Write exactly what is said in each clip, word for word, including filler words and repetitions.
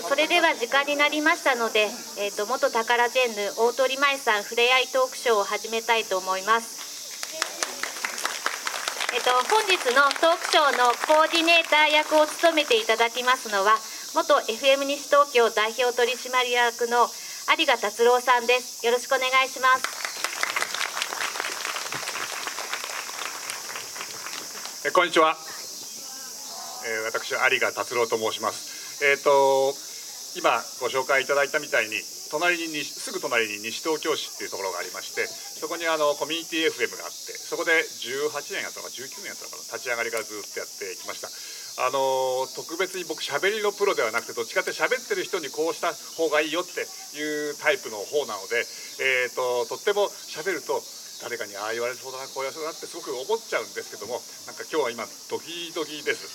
それでは時間になりましたので、えー、と元タカラジェンヌ大鳥舞さんふれあいトークショーを始めたいと思います。えー、と本日のトークショーのコーディネーター役を務めていただきますのは元 エフエム 西東京代表取締役の有賀達郎さんです。よろしくお願いします。 えこんにちは、えー、私有賀達郎と申します。えーと今ご紹介いただいたみたいに隣にすぐ隣に西東京市っていうところがありまして、そこにあのコミュニティ エフエム があって、そこでじゅうはちねんやったのかじゅうきゅうねんやったのかな、立ち上がりからずっとやってきました。あの特別に僕しゃべりのプロではなくて、どっちかってしゃべってる人にこうした方がいいよっていうタイプの方なので、えーととってもしゃべると誰かにああ言われそうだなこう言われそうだなってすごく思っちゃうんですけども、なんか今日は今ドキドキです。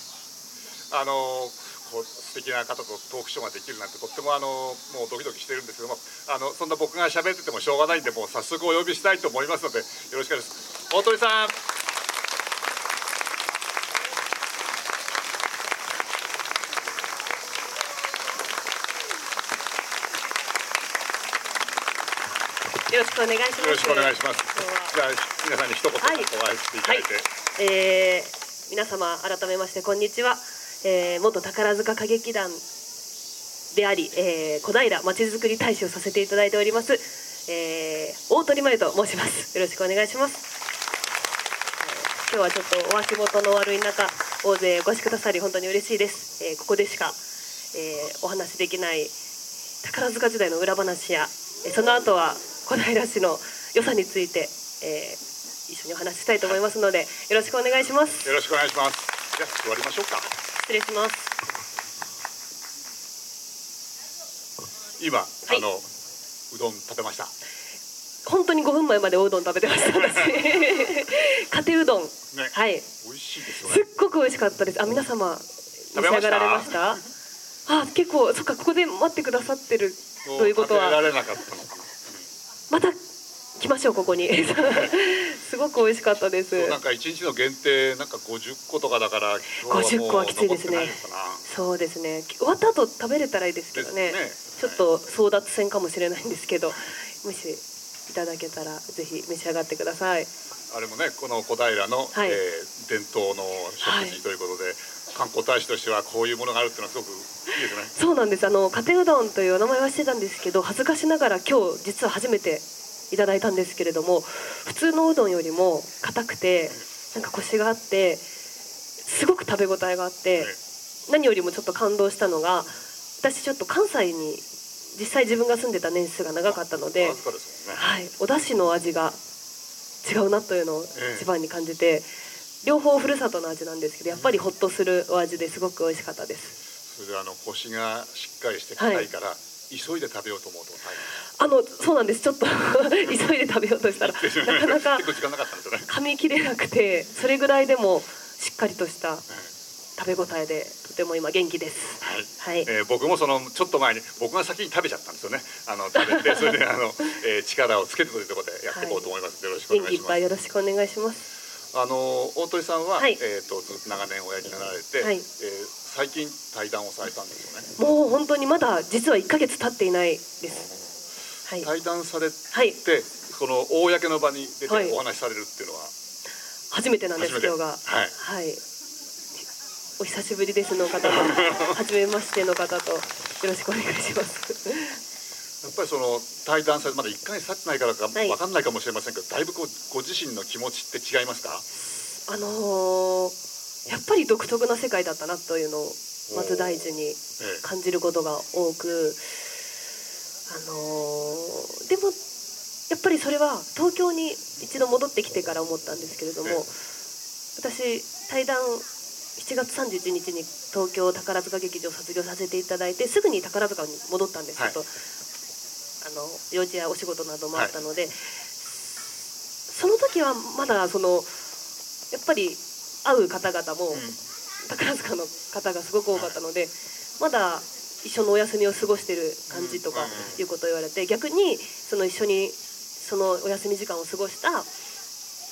あのこう素敵な方とトークショーができるなんてとってもあのもうドキドキしてるんですけども、あのそんな僕が喋っててもしょうがないんで、もう早速お呼びしたいと思いますのでよろしくお願いします。大鳥さん。 よろしくお願いします。 よろしくお願いします。じゃあ皆さんに一言ご挨拶いただいて、はいはい、 えー、皆様改めましてこんにちは。えー、元宝塚歌劇団であり、えー、小平まちづくり大使をさせていただいております、えー、大鳥舞と申します。よろしくお願いします。えー、今日はちょっとお足元の悪い中大勢お越しくださり本当に嬉しいです。えー、ここでしか、えー、お話しできない宝塚時代の裏話や、その後は小平市の良さについて、えー、一緒にお話ししたいと思いますのでよろしくお願いします。 よろしくお願いします。じゃあ座りましょうか。 失礼します。 今、 はい、 あのうどん食べました。 本当にごふんまえまでおうどん食べてました私かてうどん、ね、はい、 美味しいですよね。 すっごく美味しかったです。あ、皆様召し上がられました？あ、結構そっか、ここで待ってくださってるということは食べられなかったのかな。 また来ましょうここにすごく美味しかったです。 そう、なんか一日の限定なんかごじゅっことかだからごじゅっこはきついですね。そうですね、終わった後食べれたらいいですけどね、ね、ちょっと争奪戦かもしれないんですけど、もしいただけたらぜひ召し上がってください。 あれもね、この小平の、はい、えー、伝統の食事ということで、はい、観光大使としてはこういうものがあるっていうのはすごくいいですね。 そうなんです。あのかてうどんというお名前はしてたんですけど、恥ずかしながら今日実は初めていただいたんですけれども、普通のうどんよりも硬くてなんかコシがあってすごく食べ応えがあって、何よりもちょっと感動したのが、私ちょっと関西に実際自分が住んでた年数が長かったので、はい、お出汁の味が違うなというのを一番に感じて、両方ふるさとの味なんですけど、やっぱりホッとするお味ですごく美味しかったです。 それであのコシがしっかりして硬いから、はい、急いで食べようと思うと大変。 あのそうなんです。ちょっと急いで食べようとしたらなかなか噛み切れなくて、それぐらいでもしっかりとした食べ応えでとても今元気です。 はい、はい、えー、僕もそのちょっと前に僕が先に食べちゃったんですよね。あの食べてそれであの、えー、力をつけてというところでやっていこうと思います。はい、よろしくお願いします。 元気いっぱいよろしくお願いします。 あの大鳥さんは、はい、えー、とずっと長年おやりになられて、はい、えー、最近対談をされたんですよね。 もう本当にまだ実はいっかげつ経っていないです。 はい、対談されて、はい、その公の場に出てお話しされるっていうのは、はい、 初めてなんです。今日が、はい、はい、お久しぶりですの方と初めましての方とよろしくお願いしますやっぱりその対談されてまだいっかげつ経ってないからか分かんないかもしれませんけど、はい、だいぶこうご自身の気持ちって違いますか？ あのー、やっぱり独特な世界だったなというのをまず大事に感じることが多く、あのー、でもやっぱりそれは東京に一度戻ってきてから思ったんですけれども、私対談しちがつさんじゅういちにちに東京宝塚劇場を卒業させていただいてすぐに宝塚に戻ったんですけど、はい、あの用事やお仕事などもあったので、はい、その時はまだそのやっぱり会う方々も、うん、宝塚の方がすごく多かったので、まだ一緒のお休みを過ごしてる感じとかいうことを言われて、逆にその一緒にそのお休み時間を過ごした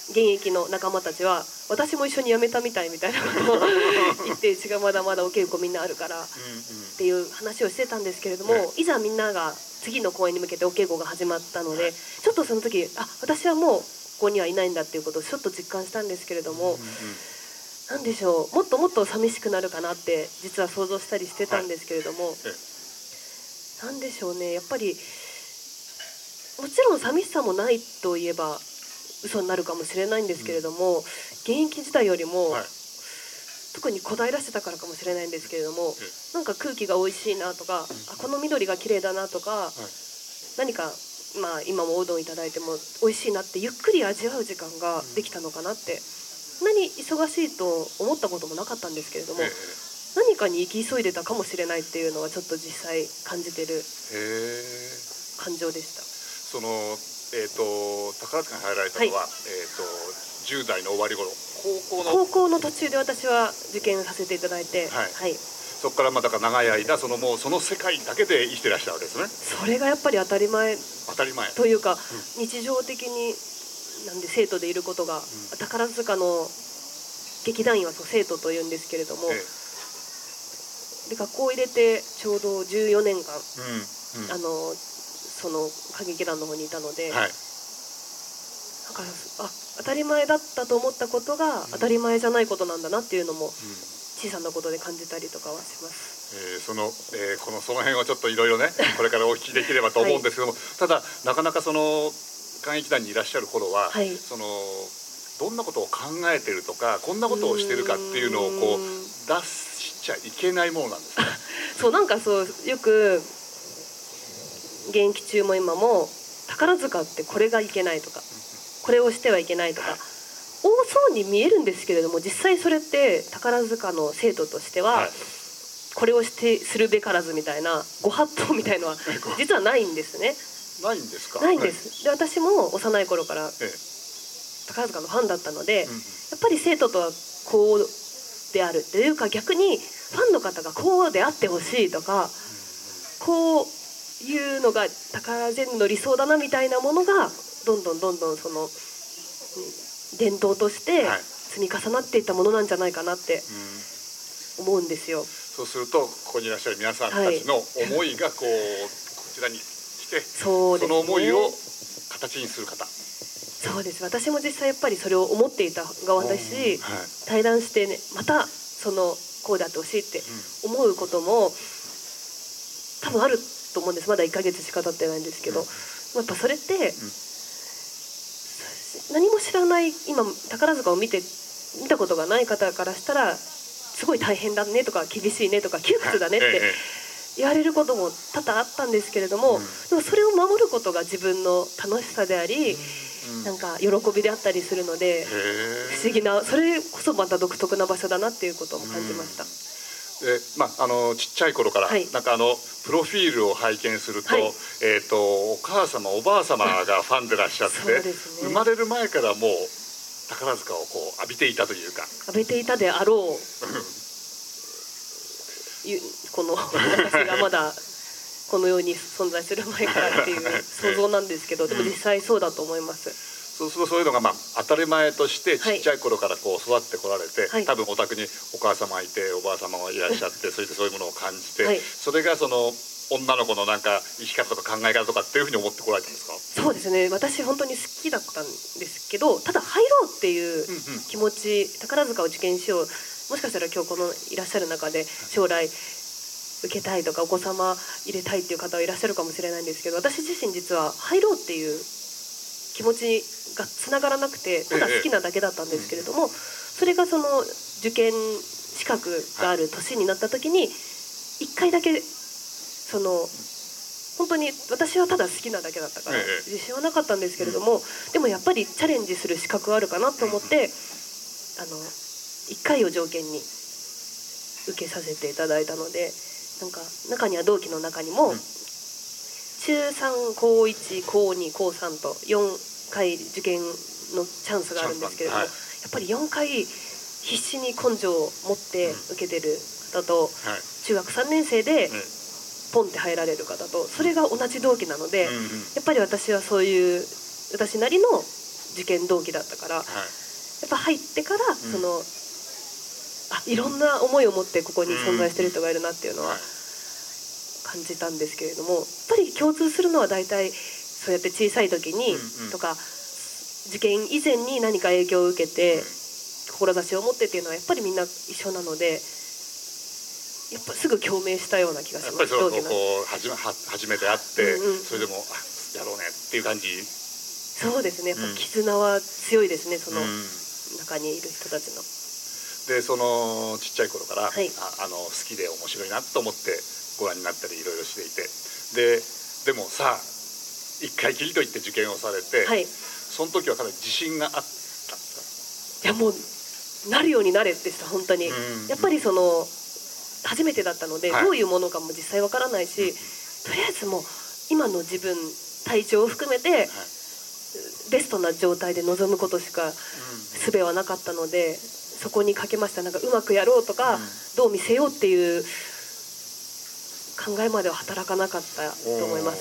現役の仲間たちは私も一緒に辞めたみたいみたいなことを言って、違うまだまだお稽古みんなあるからっていう話をしてたんですけれども、いざみんなが次の公演に向けてお稽古が始まったので、ちょっとその時あ私はもうここにはいないんだっていうことをちょっと実感したんですけれども、なんでしょう、もっともっと寂しくなるかなって実は想像したりしてたんですけれども、なんでしょうね、やっぱりもちろん寂しさもないといえば嘘になるかもしれないんですけれども、現役時代よりも、はい、特に小平してたからかもしれないんですけれども、なんか空気が美味しいなとか、あこの緑が綺麗だなとか、はい、何か、まあ、今もおうどんいただいても美味しいなってゆっくり味わう時間ができたのかなって、何忙しいと思ったこともなかったんですけれども、何かに行き急いでたかもしれないっていうのはちょっと実際感じてる感情でした。 そのえー、と宝塚に入られたのは、はい、えー、とじゅう代の終わり頃、高校の高校の途中で私は受験させていただいて、はいはい、 そこからまあだから長い間そのもうその世界だけで生きてらしたわけですね。 それがやっぱり当たり前当たり前というか、うん、日常的になんで生徒でいることが、うん、宝塚の劇団員はそう生徒というんですけれども、ええ、で学校を入れてちょうどじゅうよねんかん、うんうん、あのその歌劇団の方にいたので、はい、なんかあ当たり前だったと思ったことが当たり前じゃないことなんだなっていうのも小さなことで感じたりとかはします。 えー、その、えー、このその辺をちょっといろいろねこれからお聞きできればと思うんですけども、はい、ただなかなかその歌劇団にいらっしゃる頃は、はい、そのどんなことを考えてるとかこんなことをしてるかっていうのをこう出しちゃいけないものなんですか？ そうなんかそうよく現役中も今も宝塚ってこれがいけないとかこれをしてはいけないとか多そうに見えるんですけれども、実際それって宝塚の生徒としてはこれをしてするべからずみたいなご法度みたいのは実はないんですね。 ないんですか？ ないんです。で私も幼い頃から宝塚のファンだったので、やっぱり生徒とはこうであるというか、逆にファンの方がこうであってほしいとか、こういうのが宝禅の理想だなみたいなものがどんどんどんどんその伝統として積み重なっていったものなんじゃないかなって思うんですよ。 そうするとここにいらっしゃる皆さんたちの思いがこう、はい、こちらに来て、そうですね、その思いを形にする方。 そうです。私も実際やっぱりそれを思っていた側だし、はい、対談してね、またそのこうであってほしいって思うことも多分あると思うんです。まだいっかげつしか経ってないんですけど、うん、やっぱそれって、うん、何も知らない今宝塚を見て見たことがない方からしたらすごい大変だねとか厳しいねとか窮屈だねって言われることも多々あったんですけれども、うん、でもそれを守ることが自分の楽しさであり、うん、なんか喜びであったりするので、不思議な、それこそまた独特な場所だなっていうことも感じました。 うんでまあ、あのちっちゃい頃から、はい、なんかあのプロフィールを拝見すると、はい、えー、とお母様おばあ様がファンでらっしゃって、ね、生まれる前からもう宝塚をこう浴びていたというか浴びていたであろうこの私がまだこの世に存在する前からっていう想像なんですけど、でも実際そうだと思います。 そうするとそういうのがまあ当たり前としてちっちゃい頃からこう育ってこられて、はい、多分お宅にお母様がいておばあ様がいらっしゃってそれでそういうものを感じて、はい、それがその女の子のなんか生き方とか考え方とかっていうふうに思ってこられたんですか？ そうですね、私本当に好きだったんですけど、ただ入ろうっていう気持ち、うんうん、宝塚を受験しよう、もしかしたら今日このいらっしゃる中で将来受けたいとかお子様入れたいっていう方はいらっしゃるかもしれないんですけど、私自身実は入ろうっていう気持ちがつながらなくて、ただ好きなだけだったんですけれども、それがその受験資格がある年になった時に一回だけその本当に私はただ好きなだけだったから自信はなかったんですけれども、でもやっぱりチャレンジする資格はあるかなと思って、あのいっかいを条件に受けさせていただいたので、なんか中には同期の中にも中さん、高いち、高に、高さんとよんかい受験のチャンスがあるんですけれども、はい、やっぱりよんかい必死に根性を持って受けてる方と、うんはい、中学さんねん生でポンって入られる方と、それが同じ同期なので、うんうん、やっぱり私はそういう私なりの受験動機だったから、 はい、 やっぱ入ってから、 うん、 そのあいろんな思いを持ってここに存在してる人がいるなっていうのは感じたんですけれども、やっぱり共通するのは大体そうやって小さい時に、うんうん、とか受験以前に何か影響を受けて、うん、志を持ってっていうのはやっぱりみんな一緒なので、やっぱすぐ共鳴したような気がします。 やっぱりそのこう初め初めて会って、うんうん、それでもやろうねっていう感じ。 そうですね。やっぱ絆は強いですね、その中にいる人たちの。 でそのちっちゃい頃から、 はい、 ああの好きで面白いなと思ってご覧になったりいろいろしていて、ででもさ一回きりといって受験をされて、 はい、 その時はかなり自信があったんですか？いやもうなるようになれでした本当に、うん、やっぱりその初めてだったので、はい、どういうものかも実際わからないし、うん、とりあえずもう今の自分体調を含めて、はい、ベストな状態で臨むことしか術はなかったので、そこにかけました。なんかうまくやろうとか、うん、どう見せようっていう考えまでは働かなかったと思います。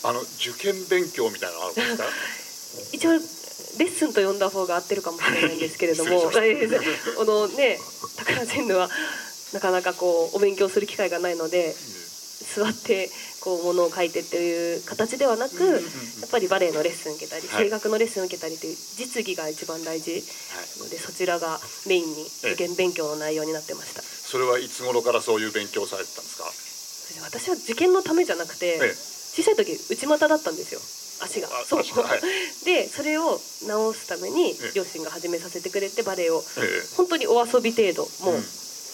あの受験勉強みたいなのあるんですか？ 一応レッスンと呼んだ方が合ってるかもしれないんですけれどもあのね、タカラジェンヌはなかなかこうお勉強する機会がないので、うん、座ってこうものを書いてっていう形ではなく、うんうんうん、やっぱりバレエのレッスン受けたり、はい、声楽のレッスン受けたりという実技が一番大事なので、はい、そちらがメインに受験勉強の内容になってました。 それはいつ頃からそういう勉強をされてたんですか？ 私は受験のためじゃなくて、小さい時内股だったんですよ、足が。そう、はい、でそれを直すために両親が始めさせてくれて、バレエを本当にお遊び程度、もう、うん、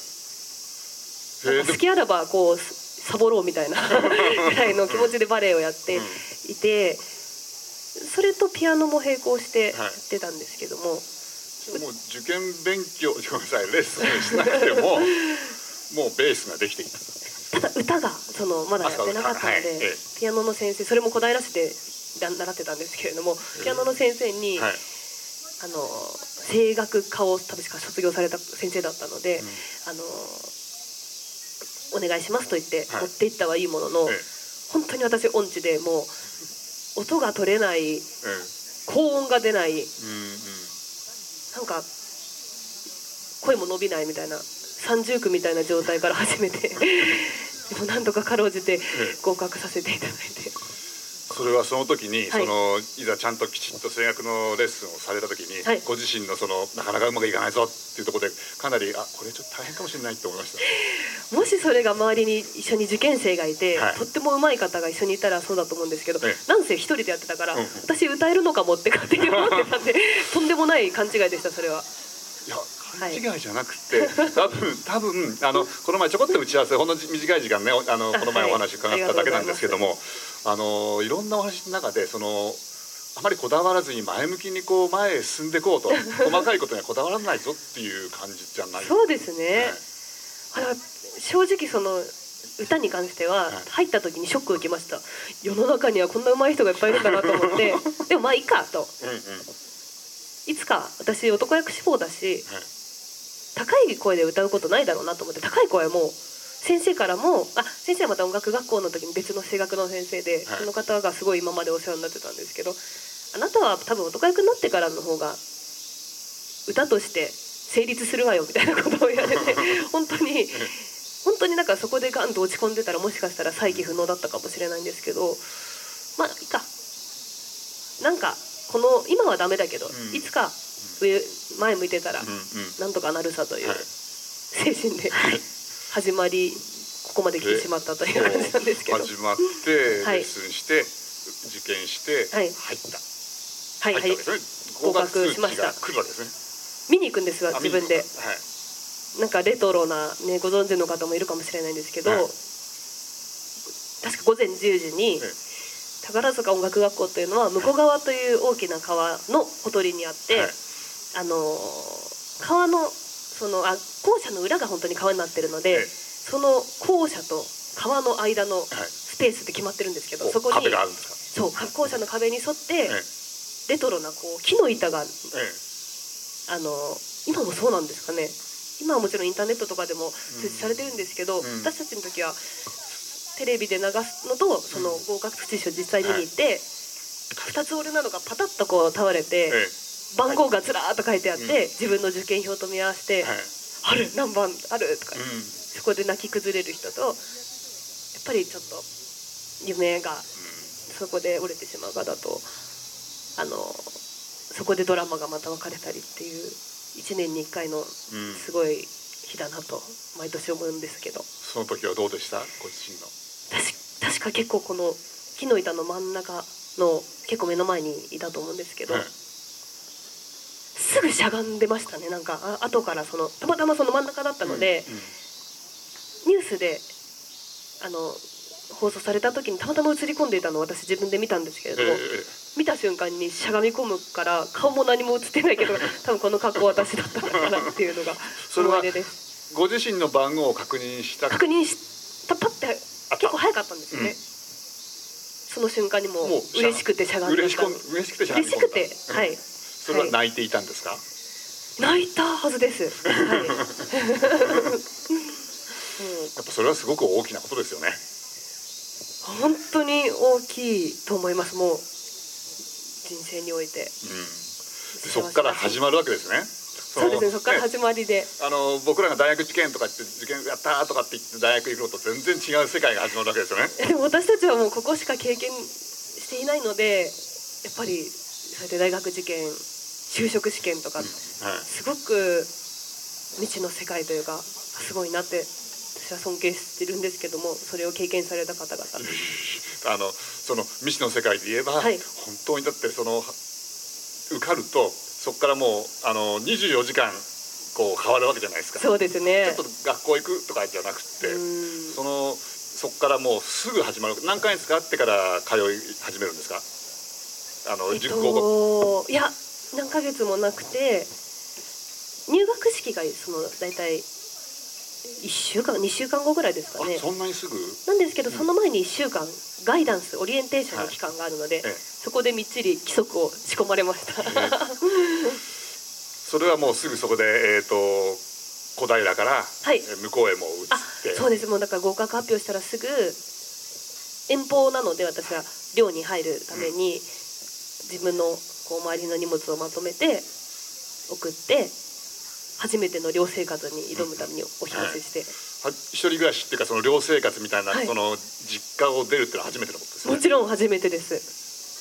好きあらばこうサボろうみたいなぐらいの気持ちでバレエをやっていて、それとピアノも並行してやってたんですけども、はい、 もう受験勉強ごめんなさいレッスンしなくてももうベースができてきた。 ただ歌がそのまだやってなかったので、はい、ピアノの先生、それも小平市で習ってたんですけれども、ピアノの先生に、はい、あの声楽科を確か卒業された先生だったので、うん、あのお願いしますと言って持っていったはいいものの、はい、本当に私音痴でもう音が取れない、うん、高音が出ない、うんうん、なんか声も伸びないみたいな三重苦みたいな状態から始めてでもなんとかかろうじて合格させていただいて、 それはその時に、はい、そのいざちゃんときちっと声楽のレッスンをされた時に、はい、ご自身のそのなかなかうまくいかないぞっていうところでかなりあこれちょっと大変かもしれないって思いました。 もしそれが周りに一緒に受験生がいて、はい、とっても上手い方が一緒にいたらそうだと思うんですけど、はい、なんせ一人でやってたから、うんうん、私歌えるのかもって勝手に思ってたんでとんでもない勘違いでした。それは。 いや勘違いじゃなくて、はい、多分多分あのこの前ちょこっと打ち合わせほんの短い時間ねあのこの前お話伺っただけなんですけども、はい、あのいろんなお話の中でそのあまりこだわらずに前向きにこう前へ進んでいこうと細かいことにはこだわらないぞっていう感じじゃないですか。 そうですね、はい、正直その歌に関しては入った時にショックを受けました。世の中にはこんな上手い人がいっぱいいるんだなと思ってでもまあいいかと、うんうん、いつか私男役志望だし、はい、高い声で歌うことないだろうなと思って、高い声も先生からもあ先生はまた音楽学校の時に別の声楽の先生で、はい、その方がすごい今までお世話になってたんですけど、あなたは多分男役になってからの方が歌として成立するわよみたいなことを言われて本当に本当になんかそこでガンと落ち込んでたらもしかしたら再起不能だったかもしれないんですけど、まあいいか、なんかこの今はダメだけど、うん、いつか上前向いてたらなんとかなるさという精神で始まり、ここまで来てしまったという感じなんですけど、 始まってレッスンして、はい、受験して入った、 はいはい、はい、合格しました。 来るわけですね。見に行くんですが自分で、はい、なんかレトロな、ね、ご存知の方もいるかもしれないんですけど、はい、確かごぜんじゅうじに、はい、宝塚音楽学校というのは向こう側という大きな川のほとりにあって、はい、あの川のそのあ校舎の裏が本当に川になってるので、はい、その校舎と川の間のスペースって決まってるんですけど、はい、そこに壁があるんですか？ そう校舎の壁に沿って、はい、レトロなこう木の板が、はい、あの今もそうなんですかね。今はもちろんインターネットとかでも設置されてるんですけど、うん、私たちの時はテレビで流すのとその合格通知書を実際見に行って、はい、 ふたつ折りなのがパタッとこう倒れて、 ええ、 番号がずらーっと書いてあって、 はい、 自分の受験票と見合わせて、 はい、 ある何番あるとか、 うん、 そこで泣き崩れる人と、やっぱりちょっと夢がそこで折れてしまう方と、あのそこでドラマがまた別れたりっていういちねんにいっかいのすごい日だなと毎年思うんですけど、 その時はどうでしたご自身の。 確か結構この木の板の真ん中の結構目の前にいたと思うんですけど、はい、すぐしゃがんでましたね。なんかあ後からそのたまたまその真ん中だったので、うんうん、ニュースであの放送された時にたまたま映り込んでいたのを私自分で見たんですけれども、えー、見た瞬間にしゃがみ込むから顔も何も映ってないけど多分この格好私だったのかなっていうのが思い出です。 ご自身の番号を確認した確認したパッて結構早かったんですよね、うん、その瞬間にもう嬉しくてしゃがんでた。 嬉しくてしゃがんでた。 嬉しくて、はい。 それは泣いていたんですか？はい、 泣いたはずです。はい。 やっぱそれはすごく大きなことですよね。 本当に大きいと思います。もう人生において、うん、 そこから始まるわけですね。 そうですね、そこから始まりで、ね、 あの僕らが大学受験とかって受験やったとかって言って大学行くのと全然違う世界が始まるわけですよね。 でも私たちはもうここしか経験していないので、やっぱりそうやって大学受験就職試験とか、うん、はい、すごく未知の世界というかすごいなって私は尊敬してるんですけども、それを経験された方々 あのその未知の世界で言えば、はい、本当にだってその受かるとそこからもうあのにじゅうよじかんこう変わるわけじゃないですか。 そうですね。 ちょっと学校行くとかじゃなくて、そのそこからもうすぐ始まる。何ヶ月かあってから通い始めるんですか？あの、えっと、 いや何ヶ月もなくて、入学式がそのだいたいいっしゅうかんにしゅうかんごぐらいですかね。 そんなにすぐなんですけど、その前にいっしゅうかんガイダンスオリエンテーションの期間があるので、はい、そこでみっちり規則を仕込まれました。 それはもうすぐそこで、えー、と小平から、はい、向こうへも移って。 そうです。もうだから合格発表したらすぐ遠方なので、私は寮に入るために、うん、自分のこう周りの荷物をまとめて送って初めての寮生活に挑むためにお引越しして、 はい、一人暮らしっていうかその寮生活みたいな、はい、その実家を出るっていうのは初めてのことですね。 もちろん初めてです。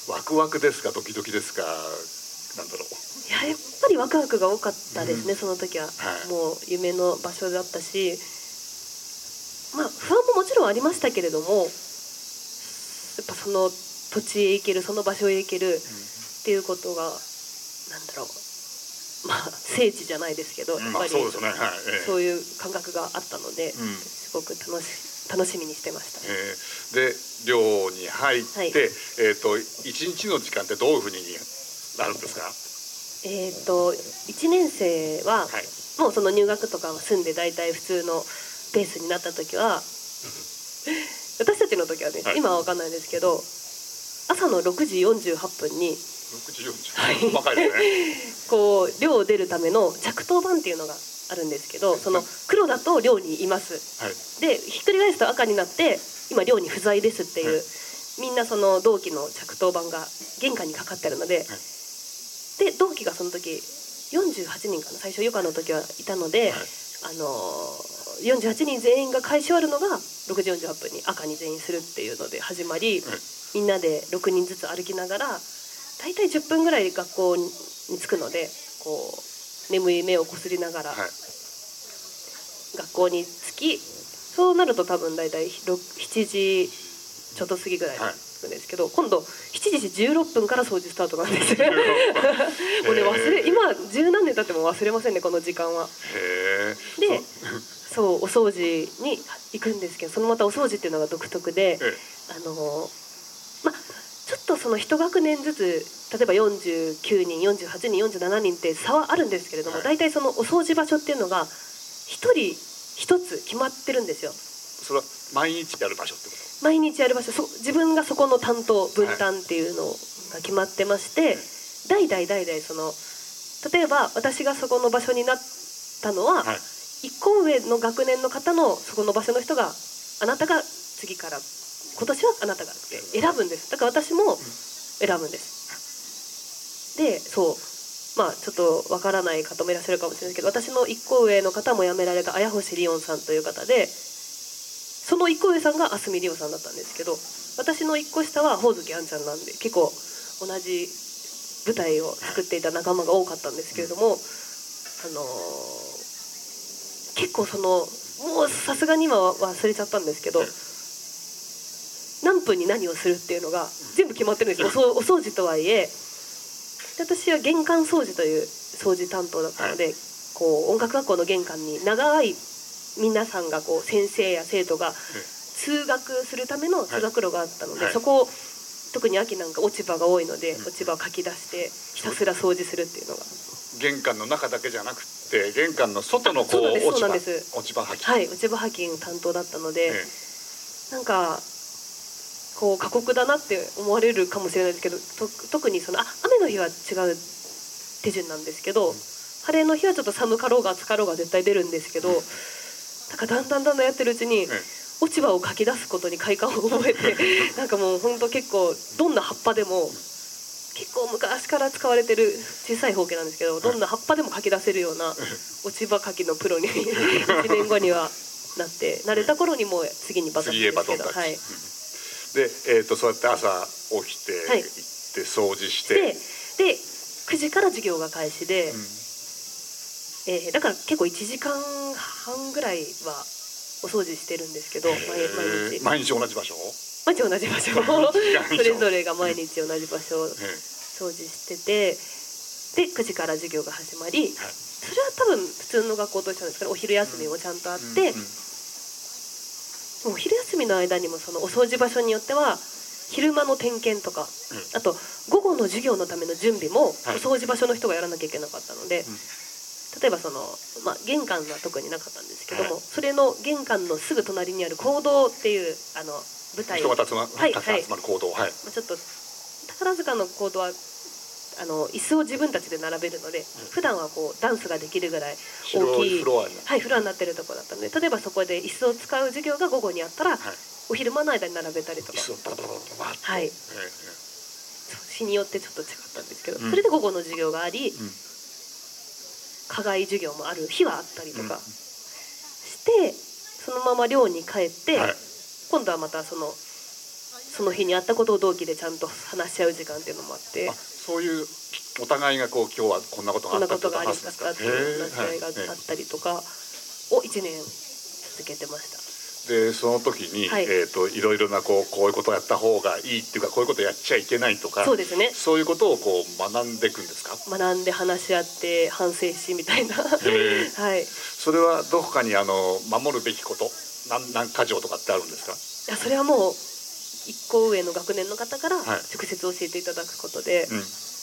ワクワクですかドキドキですか、なんだろう。 いややっぱりワクワクが多かったですね、うん、その時は、はい、もう夢の場所だったし、まあ不安ももちろんありましたけれども、やっぱその土地へ行ける、その場所へ行けるっていうことが、うん、なんだろう、まあ聖地じゃないですけど、やっぱりそうですね、はい、そういう感覚があったので、うん、すごく楽し楽しみにしてました、ね。 えー、で寮に入って、はい、えーと一日の時間ってどういうふうになるんですか？ えーといちねん生は、はい、もうその入学とか済んで大体普通のペースになった時は私たちの時はね、はい、今は分かんないんですけど、朝のろくじよんじゅうはっぷんにろくじよんじゅうはっぷん、細かいですね。 こう寮を出るための着到番っていうのがあるんですけど、その黒だと寮にいます、はい、でひっくり返すと赤になって今寮に不在ですっていう、はい、みんなその同期の着到番が玄関にかかってあるので、はい、で同期がその時よんじゅうはちにんかな、最初余暇の時はいたので、はい、あのー、よんじゅうはちにん全員が返し終わるのがろくじよんじゅうはっぷんに赤に全員するっていうので始まり、はい、みんなでろくにんずつ歩きながらだいたいじゅっぷんぐらい学校に着くので、こう眠い目をこすりながら学校に着き、そうなると多分だいたいしちじちょっと過ぎぐらいなんですけど、はい、今度しちじじゅうろっぷんから掃除スタートなんですもうね、忘れ今十何年経っても忘れませんね、この時間は。 へでそうお掃除に行くんですけど、そのまたお掃除っていうのが独特で、あのまあちょっとその一学年ずつ、例えばよんじゅうきゅうにんよんじゅうはちにんよんじゅうななにんって差はあるんですけれども、大体そのお掃除場所っていうのが一人一つ決まってるんですよ。 それは毎日やる場所ってこと？ 毎日やる場所、そ自分がそこの担当分担っていうのが決まってまして、はい、代々代々その例えば私がそこの場所になったのは、はい、いっこ上の学年の方のそこの場所の人が、あなたが次から今年はあなたがって選ぶんです。だから私も選ぶんです。でそうまあちょっとわからない方もいらっしゃるかもしれないけど、私のいっこ上の方も辞められた綾星リオンさんという方で、そのいっこ上さんが蓮見理央さんだったんですけど、私のいっこ下はほおずきあんちゃんなんで、結構同じ舞台を作っていた仲間が多かったんですけれども、あのー、結構そのもうさすがに今は忘れちゃったんですけど、何分に何をするっていうのが全部決まってるんですよ。お掃除とはいえ、で私は玄関掃除という掃除担当だったので、はい、こう音楽学校の玄関に長い皆さんがこう先生や生徒が通学するための通学路があったので、はい、そこを特に秋なんか落ち葉が多いので、うん、落ち葉をかき出してひたすら掃除するっていうのが、 玄関の中だけじゃなくて玄関の外のこう落ち葉落ち葉掃き、 はい落ち葉掃きの担当だったので、ええ、なんかこう過酷だなって思われるかもしれないですけど、と特にそのあ雨の日は違う手順なんですけど、うん、晴れの日はちょっと寒かろうが暑かろうが絶対出るんですけど、うん、なんかだんだんだんだんやってるうちに、うん、落ち葉をかき出すことに快感を覚えてなんかもう本当結構どんな葉っぱでも結構昔から使われてる小さいほうきなんですけど、どんな葉っぱでもかき出せるような落ち葉かきのプロにいちねんごにはなって、慣れた頃にもう次にバトンですけど、はい、 で、えー、とそうやって朝起きて、はい、行って掃除してででくじから授業が開始で、うん、えー、だから結構いちじかんはんぐらいはお掃除してるんですけど、毎, 毎日毎日同じ場所毎日同じ場所それぞれが毎日同じ場所を掃除してて、でくじから授業が始まり、それは多分普通の学校と一緒なんですけど、お昼休みもちゃんとあって、うんうんうん、もうお昼休みの間にもそのお掃除場所によっては昼間の点検とか、うん、あと午後の授業のための準備もお掃除場所の人がやらなきゃいけなかったので、はい、例えばその、まあ、玄関は特になかったんですけども、はい、それの玄関のすぐ隣にある講堂っていうあの舞台人が集ま、はい、集まる講堂、はい、 まあ、ちょっと宝塚の講堂はあの椅子を自分たちで並べるので、うん、普段はこうダンスができるぐらい大きいフロアに、 はい、フロアになってるところだったので、例えばそこで椅子を使う授業が午後にあったら、はい、お昼間の間に並べたりとか、 椅子をバタバタバタバタ、 はい、えー、日によってちょっと違ったんですけど、うん、それで午後の授業があり、うん、課外授業もある日はあったりとかして、うん、そのまま寮に帰って、はい、今度はまたそのその日にあったことを同期でちゃんと話し合う時間っていうのもあって、 あ、そういうお互いがこう今日はこんなことがあったとか話すんですかっていう話し合いがあったりとかをいちねん続けてました。 でその時に、はい、えーと、いろいろなこうこういうことをやった方がいいっていうか、こういうことやっちゃいけないとか、 そうですね、 そういうことをこう学んでいくんですか？ 学んで話し合って反省しみたいなはい、 それはどこかにあの守るべきこと何何か条とかってあるんですか？ いや、それはもういっこ上の学年の方から直接教えていただくことで、はい、うん、あの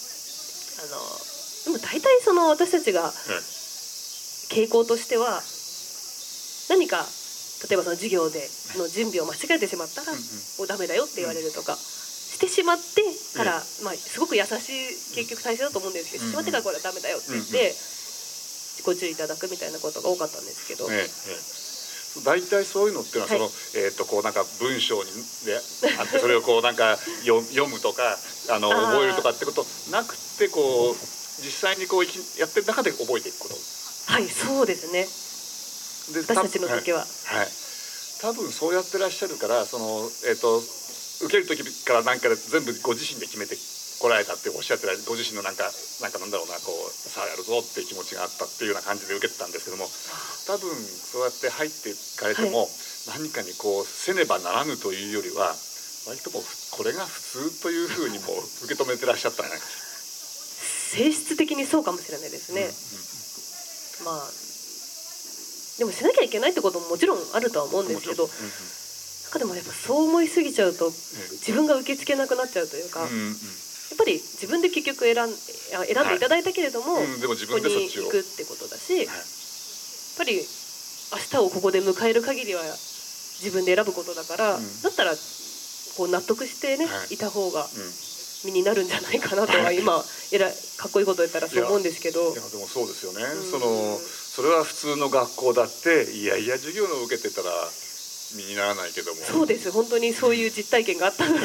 でも大体その私たちが傾向としては、何か例えばその授業での準備を間違えてしまったら、うんうん、もうダメだよって言われるとか、うん、してしまってから、うん、まあ、すごく優しい結局体制だと思うんですけど、うん、しまってからこれはダメだよって言って、うんうん、ご注意いただくみたいなことが多かったんですけど、ええ、 大体そういうのっていうのは、はい、そのえー、とこうなんか文章にであってそれをこうなんか読むとかあの覚えるとかってことなくて、こう実際にこうやってる中で覚えていくこと。 はい、そうですね。で私たちの時は、 はいはい、多分そうやってらっしゃるから、その、えー、と受ける時からなんかで全部ご自身で決めてこられたっておっしゃってた、ご自身のなんかなんかなんだろうな、こうさあやるぞっていう気持ちがあったっていうような感じで受けてたんですけども、多分そうやって入っていかれても、はい、何かにこうせねばならぬというよりは、割ともうこれが普通というふうにも受け止めてらっしゃったんじゃないか。 性質的にそうかもしれないですね、うんうん、まあでもしなきゃいけないってことももちろんあるとは思うんですけど、うんうん、なんかでもやっぱそう思いすぎちゃうと、自分が受け付けなくなっちゃうというか、うんうん、やっぱり自分で結局選ん、選んでいただいたけれども、はい、うん、でも自分でそっちをここに行くってことだし、はい、やっぱり明日をここで迎える限りは自分で選ぶことだから、うん、だったらこう納得してね、はい、いた方が身になるんじゃないかなとは今、はい、えらかっこいいこと言ったらそう思うんですけど、 いや、いやでもそうですよね、うん、そのそれは普通の学校だっていやいや授業の受けてたら身にならないけども、 そうです、本当にそういう実体験があったので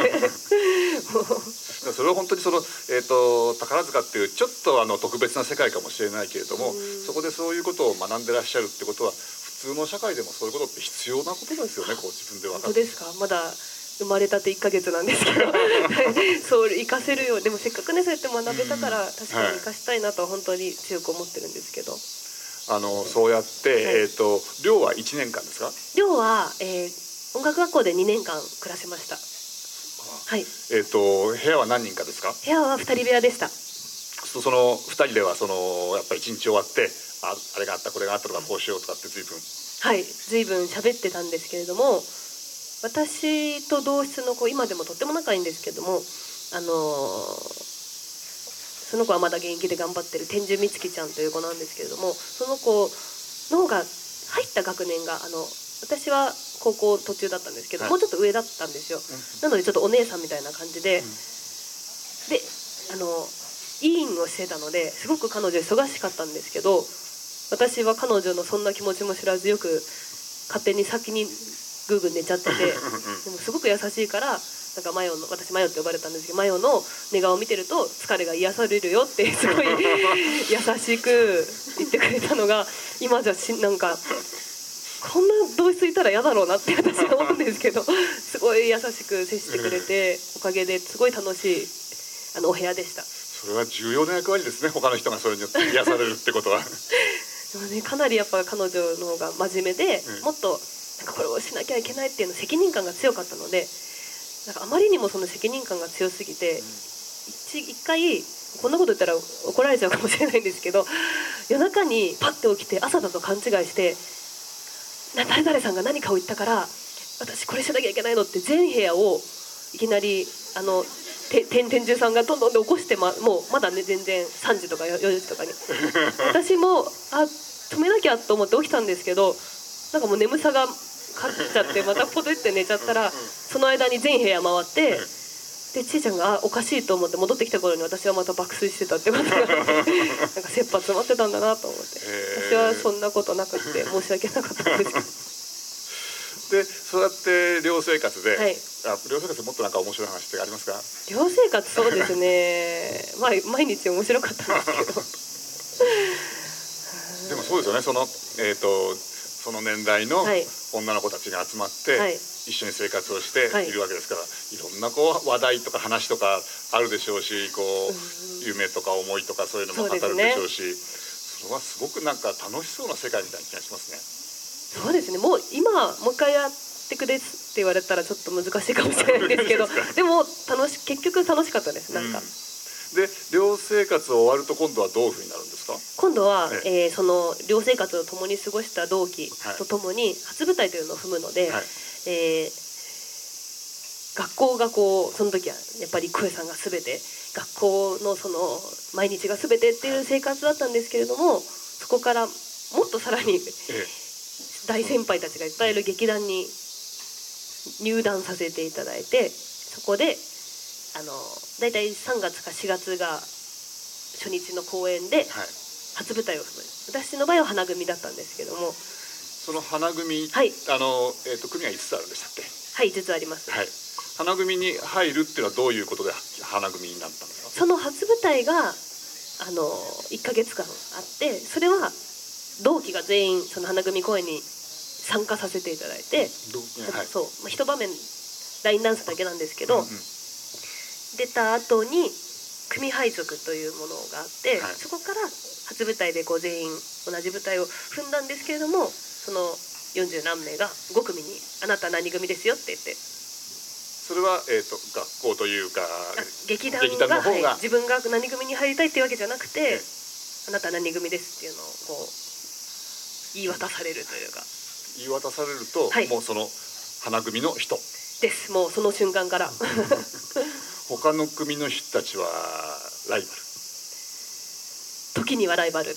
それは本当にその、えー、と宝塚っていうちょっとあの特別な世界かもしれないけれども、そこでそういうことを学んでらっしゃるってことは普通の社会でもそういうことって必要なことですよね。こう自分で分かる。 本当ですか。まだ生まれたていっかげつなんですけどそう活かせるよう、でもせっかくねそうやって学べたから確かに活かしたいなとは本当に強く思ってるんですけど、 あのそうやって、はい、えー、と寮はいちねんかんですか？ 寮は、えー、音楽学校でにねんかん暮らしました。はい。 えー、と部屋は何人かですか？ 部屋はふたり部屋でした。 そのふたりではそのやっぱりいちにち終わって、ああれがあったこれがあったとかこうしようとかって随分はい随分喋ってたんですけれども、私と同室の子、今でもとっても仲いいんですけども、あのー、その子はまだ現役で頑張ってる天寿美月ちゃんという子なんですけれども、その子の方が入った学年があの私は高校途中だったんですけど、はい、もうちょっと上だったんですよ、うん、なのでちょっとお姉さんみたいな感じで、うん、であの委員をしてたのですごく彼女忙しかったんですけど、私は彼女のそんな気持ちも知らずよく勝手に先にグーグー寝ちゃっててでもすごく優しいから、なんかマヨの私マヨって呼ばれたんですけど、マヨの寝顔を見てると疲れが癒されるよってすごい優しく言ってくれたのが、今じゃしなんかこんな同室いたら嫌だろうなって私は思うんですけどすごい優しく接してくれて、おかげですごい楽しいあのお部屋でした。 それは重要な役割ですね。他の人がそれによって癒されるってことはでも、ね、かなりやっぱ彼女の方が真面目で、うん、もっとなんかこれをしなきゃいけないっていうの責任感が強かったので、なんかあまりにもその責任感が強すぎて、うん、一, 一回こんなこと言ったら怒られちゃうかもしれないんですけど、夜中にパッて起きて朝だと勘違いして誰々さんが何かを言ったから私これしなきゃいけないのって全部屋をいきなりあの天寿さんがどんどんで起こして、ま、もうまだね全然さんじとかよじとかに私もあ止めなきゃと思って起きたんですけど、なんかもう眠さが勝っちゃってまたポテって寝ちゃったら、その間に全部屋回って、でちいちゃんがあおかしいと思って戻ってきた頃に私はまた爆睡してたってことがなんか切羽詰まってたんだなと思って、私はそんなことなくって申し訳なかったんですけどでそうやって寮生活で、 はい、 あ寮生活でもっとなんか面白い話ってありますか？ 寮生活そうですねまあ毎日面白かったんですけどでもそうですよね、その、えーと、その年代の女の子たちが集まって、はい、一緒に生活をしているわけですから、はい、いろんなこう話題とか話とかあるでしょうし、こう夢とか思いとかそういうのも語るでしょうし、 そ, う、ね、それはすごくなんか楽しそうな世界みたいな気がしますね。 そうですね、もう今もう一回やってくれって言われたらちょっと難しいかもしれないですけどでも楽し結局楽しかったです。なんか、うん、 で寮生活を終わると今度はどういうふうになるんですか？ 今度は、ええー、その寮生活を共に過ごした同期と共に初舞台というのを踏むので、はい、えー、学校がこうその時はやっぱりクエさんが全て、学校のその毎日が全てっていう生活だったんですけれども、そこからもっとさらに、ええ大先輩たちがいっぱいいる劇団に入団させていただいて、そこであのだいたいさんがつかしがつが初日の公演で初舞台を踏む、私の場合は花組だったんですけども、 その花組、はい、あのえー、と組がいつつあるんでしたっけ？ はい、いつつあります、 はい、花組に入るっていうのはどういうことで花組になったんですか？ その初舞台があのいっかげつかんあって、それは同期が全員その花組公演に参加させていただいて、はい、そう、まあ、一場面ラインダンスだけなんですけど、うんうん、出た後に組配属というものがあって、はい、そこから初舞台でこう全員同じ舞台を踏んだんですけれども、そのよんじゅうなんめいがごくみにあなた何組ですよって言って、 それは、えーと、学校というか劇団が、劇団の方が、はい、自分が何組に入りたいっていうわけじゃなくて、あなた何組ですっていうのをこう言い渡されるというか、 言い渡されると、はい、もうその花組の人です。もうその瞬間から他の組の人たちはライバル、 時にはライバル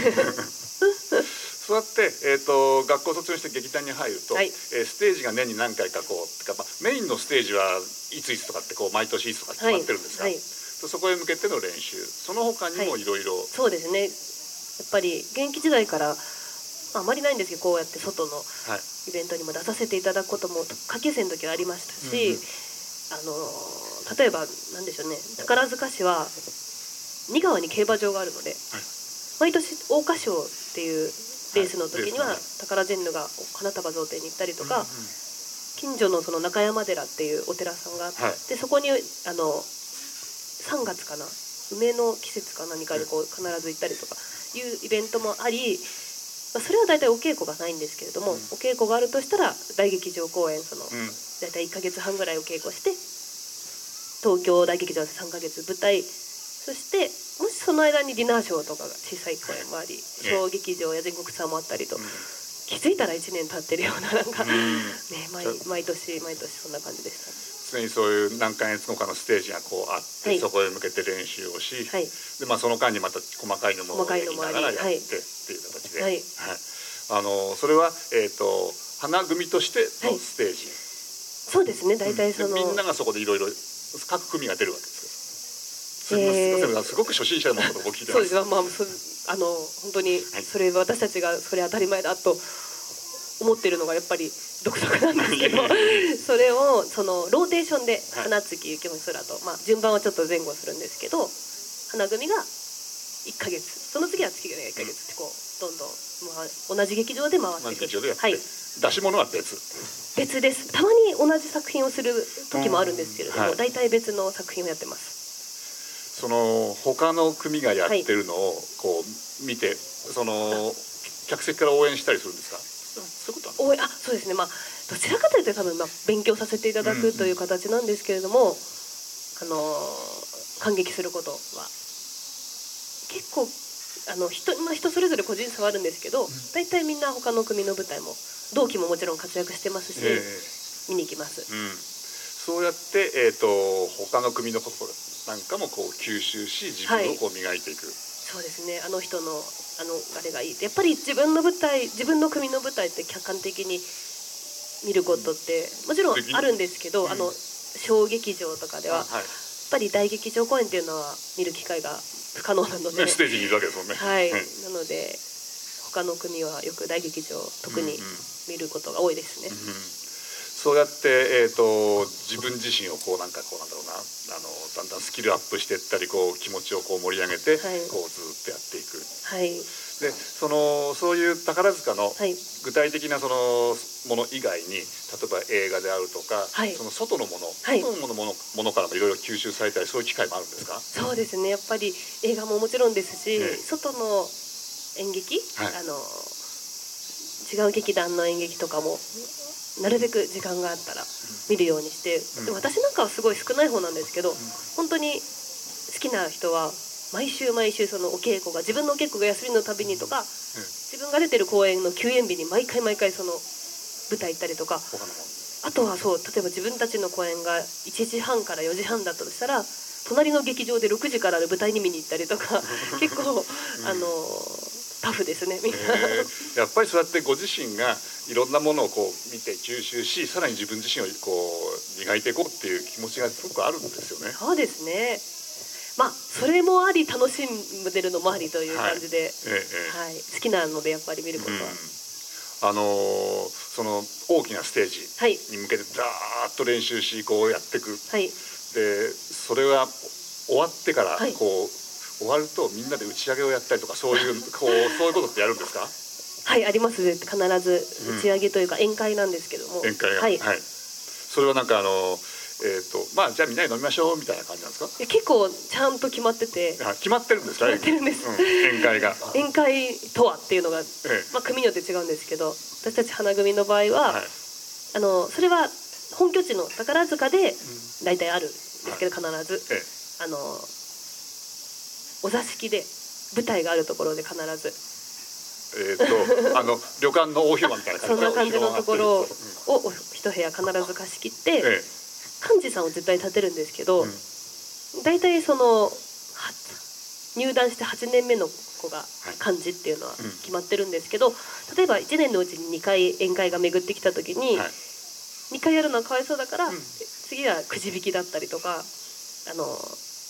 ですそうやって、えーと、学校卒業して劇団に入ると、はい、えー、ステージが年に何回かこうてか、まあ、メインのステージはいついつとかってこう毎年いつとか決まってるんですが、はいはい、そこへ向けての練習、その他にもいろいろ。 そうですね、やっぱり現役時代からまあ、あまりないんですけど、こうやって外のはいイベントにも出させていただくことも下級生の時はありましたし、 うんうんあの例えばなんでしょうね、宝塚市は仁川に競馬場があるので、 はい毎年桜花賞っていうレースの時にははいレー宝ジェンヌが花束贈呈に行ったりとか、 うんうん近所のその中山寺っていうお寺さんがあって、 はいそこにあのさんがつかな、梅の季節か何かにこう必ず行ったりとかいうイベントもあり、まあ、それは大体お稽古がないんですけれども、 うんお稽古があるとしたら大劇場公演、そのうん大体いっかげつはんぐらいお稽古して、東京大劇場でさんかげつ舞台、そしてもしその間にディナーショーとかが小さい公演もあり、小劇場や全国ツアーもあったりと、 うん気づいたらいちねん経ってるような、なんか、 うんね、毎毎年毎年そんな感じでし常にそういう何ヶ月後かのステージがこうあって、 はいそこへ向けて練習をし、 はいでまあ、その間にまた細かいのも細かいのやりもありながらやってはいっていう形で、 はいあのそれは、えー、と花組としてのステージ、 た。そうですね、大体その、 でみんながそこでいろいろ各組が出るわけですよ。すみません、 えーすみませんすごく初心者のことを聞いてます。 そうですね、まあ、そあの本当にそれ私たちがそれ当たり前だと思ってるのがやっぱり独特なんですけどそれをそのローテーションではい花月雪も空と、まあ、順番はちょっと前後するんですけど、花組がいっかげつ、その次は月がいっかげつってこうどんどん、まあ、同じ劇場で回って同いく。 じ劇場でやって、 はい、 出し物は別。 別です。たまに同じ作品をする時もあるんですけれども、 うんはい大体別の作品をやってます。 その他の組がやってるのをこう見て、その客席から応援したりするんですか？そういうことは応援あそうですね、まあ、どちらかというと多分、まあ、勉強させていただくという形なんですけれども、あのー感激することは結構あの 人,、まあ、人それぞれ個人差はあるんですけど、大体みんな他の組の舞台も同期ももちろん活躍してますし、 え見に行きます。 えうん、そうやって、えー、と他の組のことなんかもこう吸収し自分をこう磨いていく、 そうですね、あの人のあのあれがいいって、やっぱり自分の舞台自分の組の舞台って客観的に見ることってもちろんあるんですけど、 うん、 あの小劇場とかでは、 はい、 やっぱり大劇場公演っていうのは見る機会が不可能なので、 ね、ステージにいるわけですもんね。 はい、 うん、 なので他の組はよく大劇場特に見ることが多いですね。 うんうん、そうやって、えー、と自分自身をこうなんかこうなんだろうな、あのだんだんスキルアップしていったり、こう気持ちをこう盛り上げて、 はい、 こうずっとやっていく。 はい、 でそのそういう宝塚のはい、 具体的なそのもの以外に、例えば映画であるとか、 はい、 その外のもの、 はい、 外のものものからもいろいろ吸収されたり、そういう機会もあるんですか？ そうですね、やっぱり映画ももちろんですし、 ええ、 外の演劇、 はい、 あの違う劇団の演劇とかもなるべく時間があったら見るようにして、うん、で私なんかはすごい少ない方なんですけど、うん、本当に好きな人は毎週毎週そのお稽古が自分のお稽古が休みのたびにとか、うん、自分が出てる公演の休演日に毎回毎回その舞台行ったりとか、あとはそう例えば自分たちの公演がいちじはんからよじはんだったとしたら、隣の劇場でろくじから舞台に見に行ったりとか結構、うん、あのタフですねみんな、 えー、やっぱりそうやってご自身がいろんなものをこう見て吸収し、さらに自分自身をこう磨いていこうっていう気持ちがすごくあるんですよね。 そうですね、まあそれもあり楽しんでるのもありという感じで、はい、えーはい、好きなのでやっぱり見ることは、 うん、あのー、その大きなステージに向けてダーッと練習しこうやっていく、はい、でそれが終わってからこう、はい、終わるとみんなで打ち上げをやったりとか、そういうこうそういうことってやるんですか？ はい、あります。必ず打ち上げというか宴会なんですけども、 うん、宴会が、はい、はい、それはなんかあのえー、とまあじゃあみんなで飲みましょうみたいな感じなんですか？ 結構ちゃんと決まってて、 決まってるんですか？ 決まってるんです、 うん、宴会が宴会とはっていうのが、ええ、まあ、組によって違うんですけど、私たち花組の場合は、はい、あのそれは本拠地の宝塚で大体あるんですけど、必ず、はい、ええ、あのお座敷で舞台があるところで必ずえー、とあの旅館の大広間みたいな感じそんな感じのところを一部屋必ず貸し切って、ええ、幹事さんを絶対立てるんですけど、うん、大体その入団してはちねんめの子が幹事っていうのは決まってるんですけど、はい、例えばいちねんのうちににかい宴会が巡ってきた時に、はい、にかいやるのはかわいそうだから、うん、次はくじ引きだったりとか、あの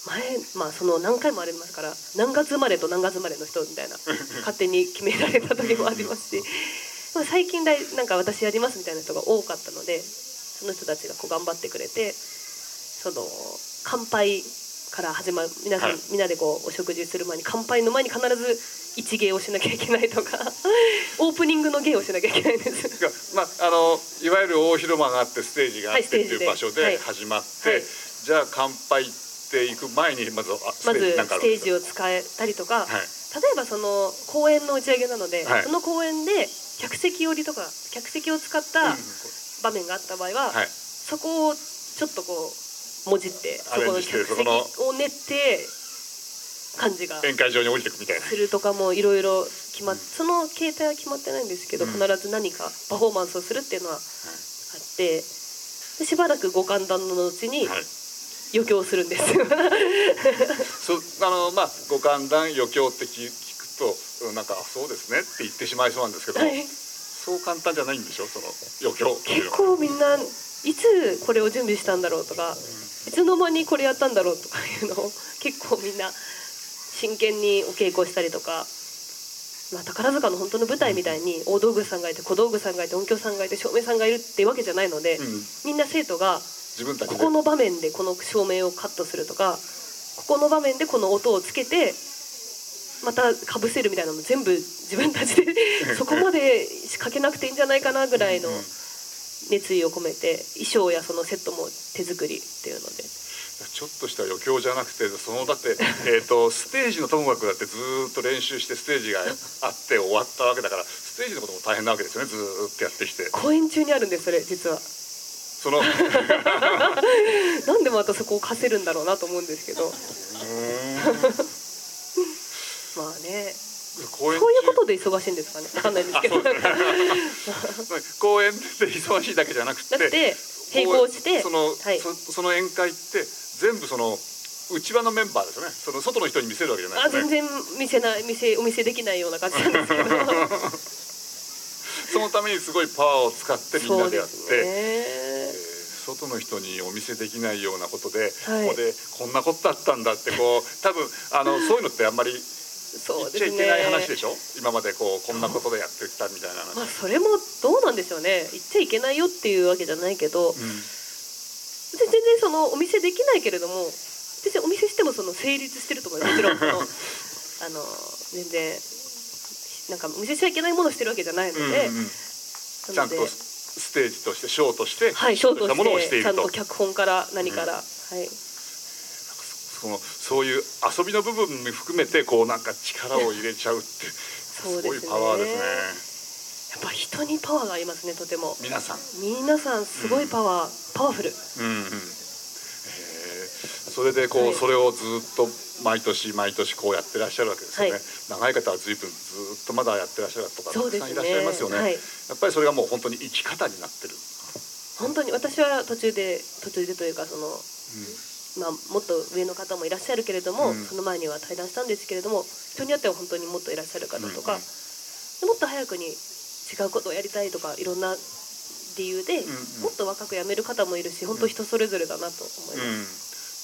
前、まあ、その何回もありますから何月生まれと何月生まれの人みたいな勝手に決められた時もありますし最近だいなんか私やりますみたいな人が多かったのでその人たちがこう頑張ってくれてその乾杯から始まる皆さん、はい、みんなでこうお食事する前に乾杯の前に必ず一芸をしなきゃいけないとかオープニングの芸をしなきゃいけないんですまあ、あのいわゆる大広間があってステージがあってっていう場所で始まって、はいはい、じゃあ乾杯っていく前にまずステージなんかあるんですか？ まずステージを使えたりとか、はい、例えばその公演の打ち上げなので、はい、その公演で客席寄りとか客席を使った場面があった場合は、はい、そこをちょっとこうもじってそこの客席を練って感じが宴会場に降りてくみたいなするとかもいろいろ決まって、その形態は決まってないんですけど、うん、必ず何かパフォーマンスをするっていうのはあって、はい、でしばらくご歓談の後に余興するんですよそあの、まあ、ご歓談余興って聞くとなんかそうですねって言ってしまいそうなんですけど、はい、そう簡単じゃないんでしょその余興っていうのは。 結構みんないつこれを準備したんだろうとか、うん、いつの間にこれやったんだろうとかいうのを結構みんな真剣にお稽古したりとか、まあ、宝塚の本当の舞台みたいに大道具さんがいて小道具さんがいて音響さんがいて照明さんがいるっていうわけじゃないので、うん、みんな生徒がここの場面でこの照明をカットするとかここの場面でこの音をつけてまたかぶせるみたいなのも全部自分たちでそこまで仕掛けなくていいんじゃないかなぐらいの熱意を込めて衣装やそのセットも手作りっていうので。 ちょっとした余興じゃなくてそのだって、えー、とステージのともかくだってずっと練習してステージがあって終わったわけだからステージのことも大変なわけですよねずっとやってきて。 公演中にあるんですそれ実は。 そのなんでまたそこを課せるんだろうなと思うんですけどまあねそういうことで忙しいんですかね分かんないですけど公演で忙しいだけじゃなくてだって並行してその、 はい、 そ, その宴会って全部その内輪のメンバーですよね。その外の人に見せるわけじゃないですね。 あ全然見せない見せお見せできないような感じなんですけどそのためにすごいパワーを使ってみんなでやって、えー、外の人にお見せできないようなことで、はい、ここでこんなことだったんだってこう多分あのそういうのってあんまり言っちゃいけない話でしょ、ね、今までこうこんなことでやってきたみたいな話、 まあ、それもどうなんでしょうね。言っちゃいけないよっていうわけじゃないけど、うん、全然そのお見せできないけれども全然お見せしてもその成立してると思います。もちろんそのあの全然なんかお見せしちゃいけないものをしてるわけじゃないので、うんうん、 ちゃんとステージとしてショーとして、 はい、ショーとしてちゃんと脚本から何から、うん、はいそのそういう遊びの部分も含めてこうなんか力を入れちゃうってすごいパワーですね。 やっぱ人にパワーがありますね。とても皆さん皆さんすごいパワー、うん、パワフル、 うんうん、えそれでこう、はい、それをずっと毎年毎年こうやってらっしゃるわけですよね、はい、長い方は随分ずっとまだやってらっしゃる方たくさんいらっしゃいますよね、はい、やっぱりそれがもう本当に生き方になってる。 本当に私は途中で途中でというかその、うんまあ、もっと上の方もいらっしゃるけれども、うん、その前には対談したんですけれども人によっては本当にもっといらっしゃる方とか、うんうん、もっと早くに違うことをやりたいとかいろんな理由で、うんうん、もっと若く辞める方もいるし本当人それぞれだなと思います、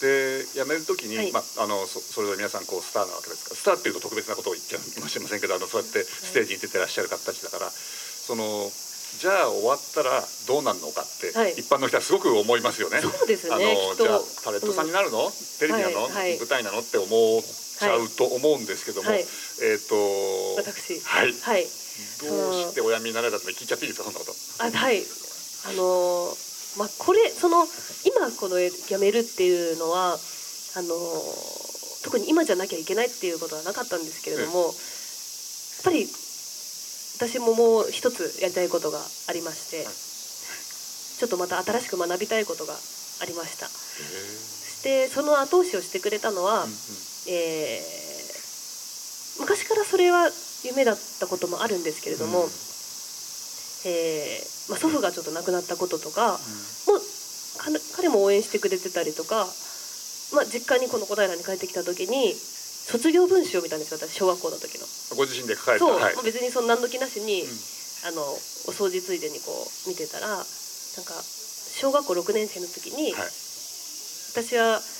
うん、で辞める時に、はいまあ、あの そ, それぞれ皆さんこうスターなわけですからスターっていうと特別なことを言っちゃいませんけどあのそうやってステージに出てらっしゃる方たちだから、はい、そのじゃあ終わったらどうなるのかって、はい、一般の人はすごく思いますよね。 そうですね。あのじゃあタレントさんになるの、うん、テレビなの、はい、舞台なのって思っちゃうと思うんですけども、はい、えっ、ー、と私はい、 はい、 どうしてお辞めになられたのか聞いちゃっていいですかそんなこと。 あはいあのまあこれその今この辞めるっていうのはあの特に今じゃなきゃいけないっていうことはなかったんですけれども、やっぱり私ももう一つやりたいことがありまして、はい、ちょっとまた新しく学びたいことがありました。そしてその後押しをしてくれたのは、うんうんえー、昔からそれは夢だったこともあるんですけれども、うんえーまあ、祖父がちょっと亡くなったこととか、うん、もう彼も応援してくれてたりとか、まあ、実家にこの小平に帰ってきた時に卒業文集を見たんですよ私小学校の時の。 ご自身で書かれた。 そう、 はい、 別にその何の気なしに、うん、あのお掃除ついでにこう見てたらなんか小学校ろくねん生の時に、はい、私は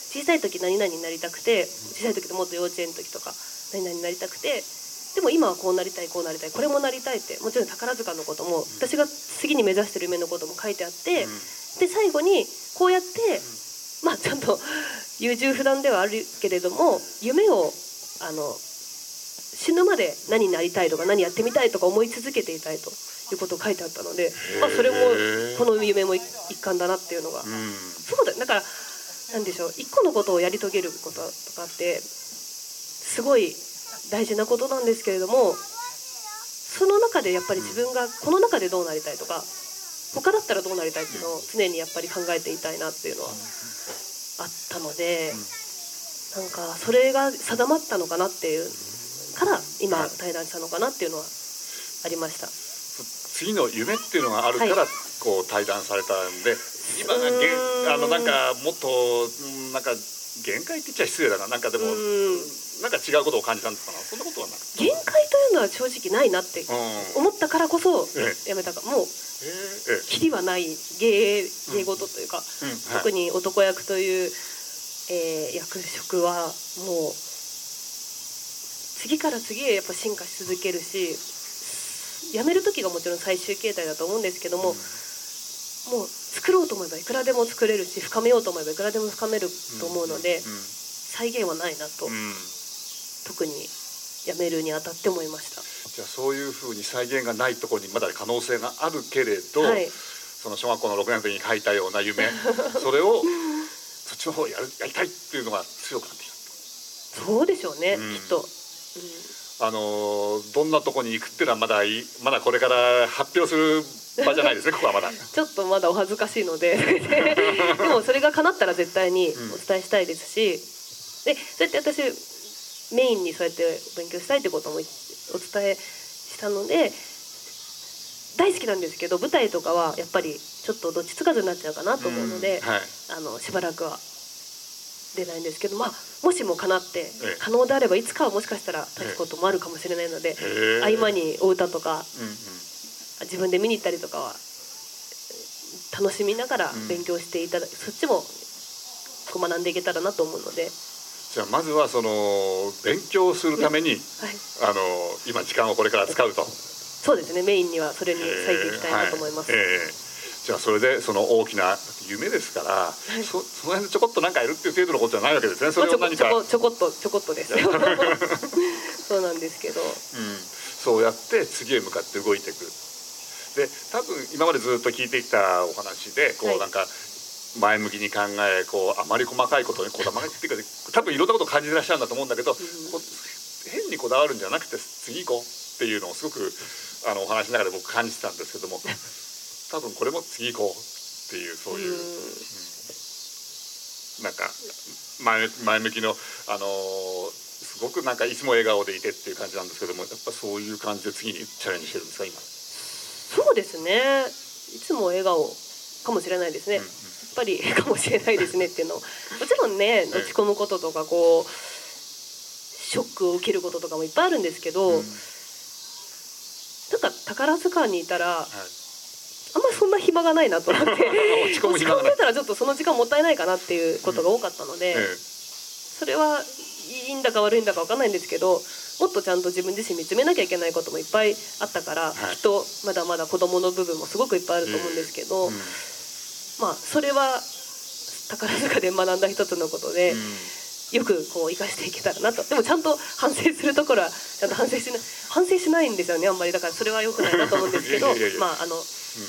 小さい時何々になりたくて、小さい時ともっと幼稚園の時とか何々になりたくて、でも今はこうなりたいこうなりたいこれもなりたいって、もちろん宝塚のことも私が次に目指してる夢のことも書いてあって、で最後にこうやって、まあちゃんと優柔不断ではあるけれども、夢をあの死ぬまで何になりたいとか何やってみたいとか思い続けていたいということを書いてあったので、まあ、それもこの夢も一環だなっていうのが、そうだだからなんでしょう、一個のことをやり遂げることとかってすごい大事なことなんですけれども、その中でやっぱり自分がこの中でどうなりたいとか他だったらどうなりたいっていうのを常にやっぱり考えていたいなっていうのはあったので、なんかそれが定まったのかなっていうから今対談したのかなっていうのはありました。 次の夢っていうのがあるから、 はい、 こう対談されたんで、今がげんあのなんかもっとなんか限界って言っちゃ失礼だな、なんかでもなんか違うことを感じたんですかな。そんなことはなくて、 限界というのは正直ないなって思ったからこそやめたか、もうキリはない芸芸事というか、うんうん、特に男役という、えー、役職はもう次から次へやっぱ進化し続けるし、辞める時がもちろん最終形態だと思うんですけども、うん、もう作ろうと思えばいくらでも作れるし、深めようと思えばいくらでも深めると思うので、うんうんうん、再現はないなと、うん、特に辞めるにあたって思いました。 じゃあそういうふうに再現がないところにまだ可能性があるけれど、はい、その小学校のろくねんの時に書いたような夢それをそっちの方をやるやりたいっていうのが強くなってきた。 そうでしょうね、うん、きっと、うん、 あのどんなとこに行くっていうのはまだいまだこれから発表する場じゃないですねここはまだちょっとまだお恥ずかしいのででもそれが叶ったら絶対にお伝えしたいですし、でそうやって私メインにそうやって勉強したいってこともお伝えしたので大好きなんですけど、舞台とかはやっぱりちょっとどっちつかずになっちゃうかなと思うので、はい、あのしばらくは出ないんですけど、まあ、もしも叶って可能であればいつかはもしかしたら立つこともあるかもしれないので、合間にお歌とか、うんうん、自分で見に行ったりとかは楽しみながら勉強していただ、うん、そっちもこう学んでいけたらなと思うので。 じゃあまずはその勉強するために、はい、あの今時間をこれから使うと。 そうですね、メインにはそれに割いていきたいなと思います。 えーはいえー、じゃあそれでその大きな夢ですから、はい、そ, その辺でちょこっとなんかやるっていう程度のことじゃないわけですね。それを何か、 まあ、ちょこちょこちょこっとちょこっとですそうなんですけど、うん、 そうやって次へ向かって動いていく。で多分今までずっと聞いてきたお話でこう、はい、なんか前向きに考え、こうあまり細かいことにこだわりっていうか、多分いろんなことを感じてらっしゃるんだと思うんだけど、うん、変にこだわるんじゃなくて次行こうっていうのをすごくあのお話の中で僕感じてたんですけども多分これも次行こうっていうそういう、うん、なんか 前, 前向きの、あのー、すごくなんかいつも笑顔でいてっていう感じなんですけども、やっぱそういう感じで次にチャレンジしてるんですか今。 そうですね、いつも笑顔かもしれないですね、うんうん、やっぱりかもしれないですねっていうのもちろんね、落ち込むこととかこうショックを受けることとかもいっぱいあるんですけど、うん、なんか宝塚にいたら、はい、あんまりそんな暇がないなと思って落ち込む暇がない、落ち込んでたらちょっとその時間もったいないかなっていうことが多かったので、うんええ、それはいいんだか悪いんだか分かんないんですけど、もっとちゃんと自分自身見つめなきゃいけないこともいっぱいあったから、はい、きっとまだまだ子どもの部分もすごくいっぱいあると思うんですけど、うん、まあそれは宝塚で学んだ一つのことで、うん、よくこう生かしていけたらなと。でもちゃんと反省するところはちゃんと反省しない反省しないんですよね、あんまり。だからそれは良くないなと思うんですけどまああの、うん、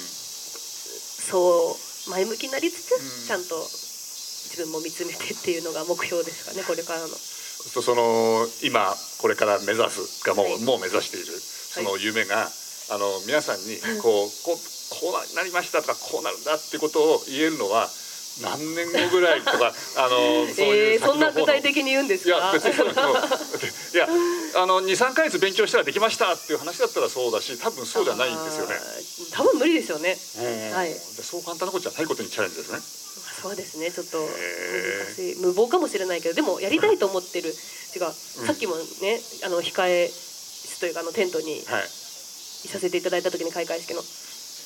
そう前向きになりつつ、うん、ちゃんと自分も見つめてっていうのが目標ですかね、これからの。 その今これから目指すかもう、はい、もう目指しているその夢が、はい、あの皆さんにこうこうこうなりましたとかこうなるんだっていうことを言えるのは何年後ぐらいとかあのそういう先の方の、えー、 そんな具体的に言うんですか。 いや別にそういやあの にさんかげつ勉強したらできましたっていう話だったらそうだし、多分そうじゃないんですよね。 多分無理ですよね、 はい、そう簡単なことじゃないことにチャレンジですね。 そうですね、ちょっと難しい、無謀かもしれないけど、でもやりたいと思ってる、違う、うん、さっきもねあの控え室というかあのテントにいさせていただいた時に開会式のしち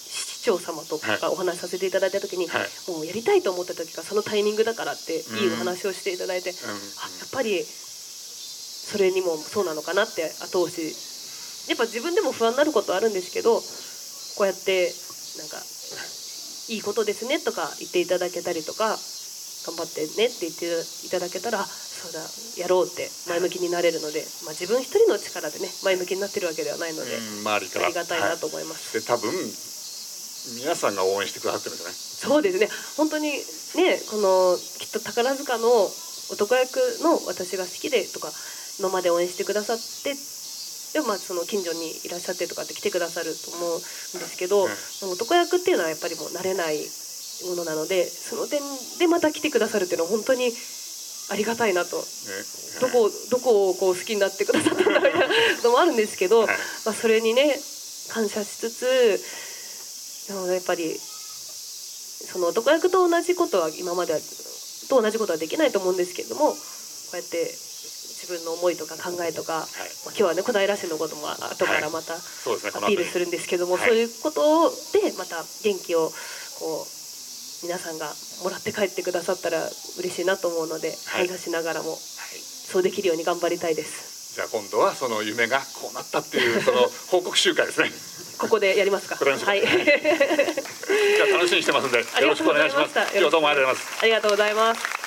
長様とかお話しさせていただいた時に、 はい、 もうやりたいと思った時がそのタイミングだからっていいお話をしていただいて、うん、あやっぱりそれにもそうなのかなって後押し、やっぱ自分でも不安になることあるんですけど、こうやってなんかいいことですねとか言っていただけたりとか、頑張ってねって言っていただけたら、そうだやろうって前向きになれるので、まあ、自分一人の力でね前向きになってるわけではないので、周りからありがたいなと思います。 はい、で多分皆さんが応援してくださってるんですね。 そうですね、本当にね、このきっと宝塚の男役の私が好きでとか今まで応援してくださって、でもまあその近所にいらっしゃってとかって来てくださると思うんですけど、うん、男役っていうのはやっぱりもう慣れないものなので、その点でまた来てくださるっていうのは本当にありがたいなと、ね、どこどこをこう好きになってくださったんだみたいなのもあるんですけど、まあ、それにね感謝しつつ、でもやっぱりその男役と同じことは今までと同じことはできないと思うんですけれども、こうやって自分の思いとか考えとか、はい、まあ、今日はね小平市のことも後からまたアピールするんですけども、はい、そういうことでまた元気をこう皆さんがもらって帰ってくださったら嬉しいなと思うので、感謝しながらも、はい、そうできるように頑張りたいです。 じゃあ今度はその夢がこうなったっていうその報告集会ですね。 ここでやりますか。はい。じゃあ楽しみにしてますんでよろしくお願いします。今日はどうもありがとうございます。 ありがとうございます。